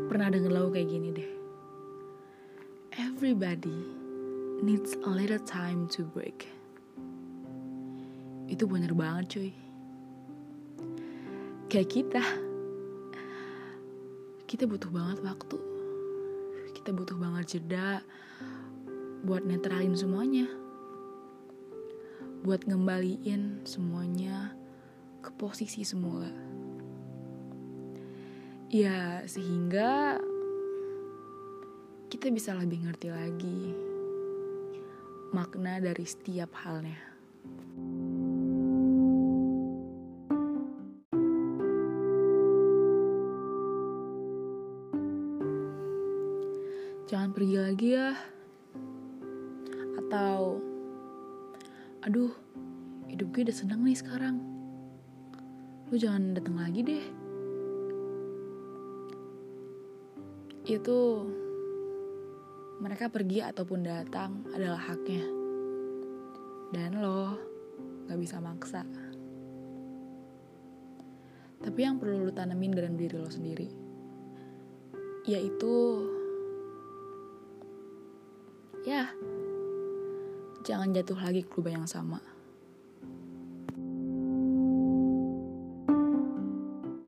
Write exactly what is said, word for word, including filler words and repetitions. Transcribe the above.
pernah denger lagu kayak gini deh. Everybody needs a little time to break. Itu bener banget cuy. Kayak kita. Kita butuh banget waktu. Kita butuh banget jeda buat netralin semuanya. Buat ngembaliin semuanya ke posisi semula. Ya, sehingga kita bisa lebih ngerti lagi makna dari setiap halnya. Jangan pergi lagi ya. Atau, aduh, hidup gue udah seneng nih sekarang. Lu jangan datang lagi deh. Itu mereka pergi ataupun datang adalah haknya. Dan lo gak bisa maksa. Tapi yang perlu lo tanemin dalam diri lo sendiri, yaitu ya, jangan jatuh lagi ke lubang yang sama.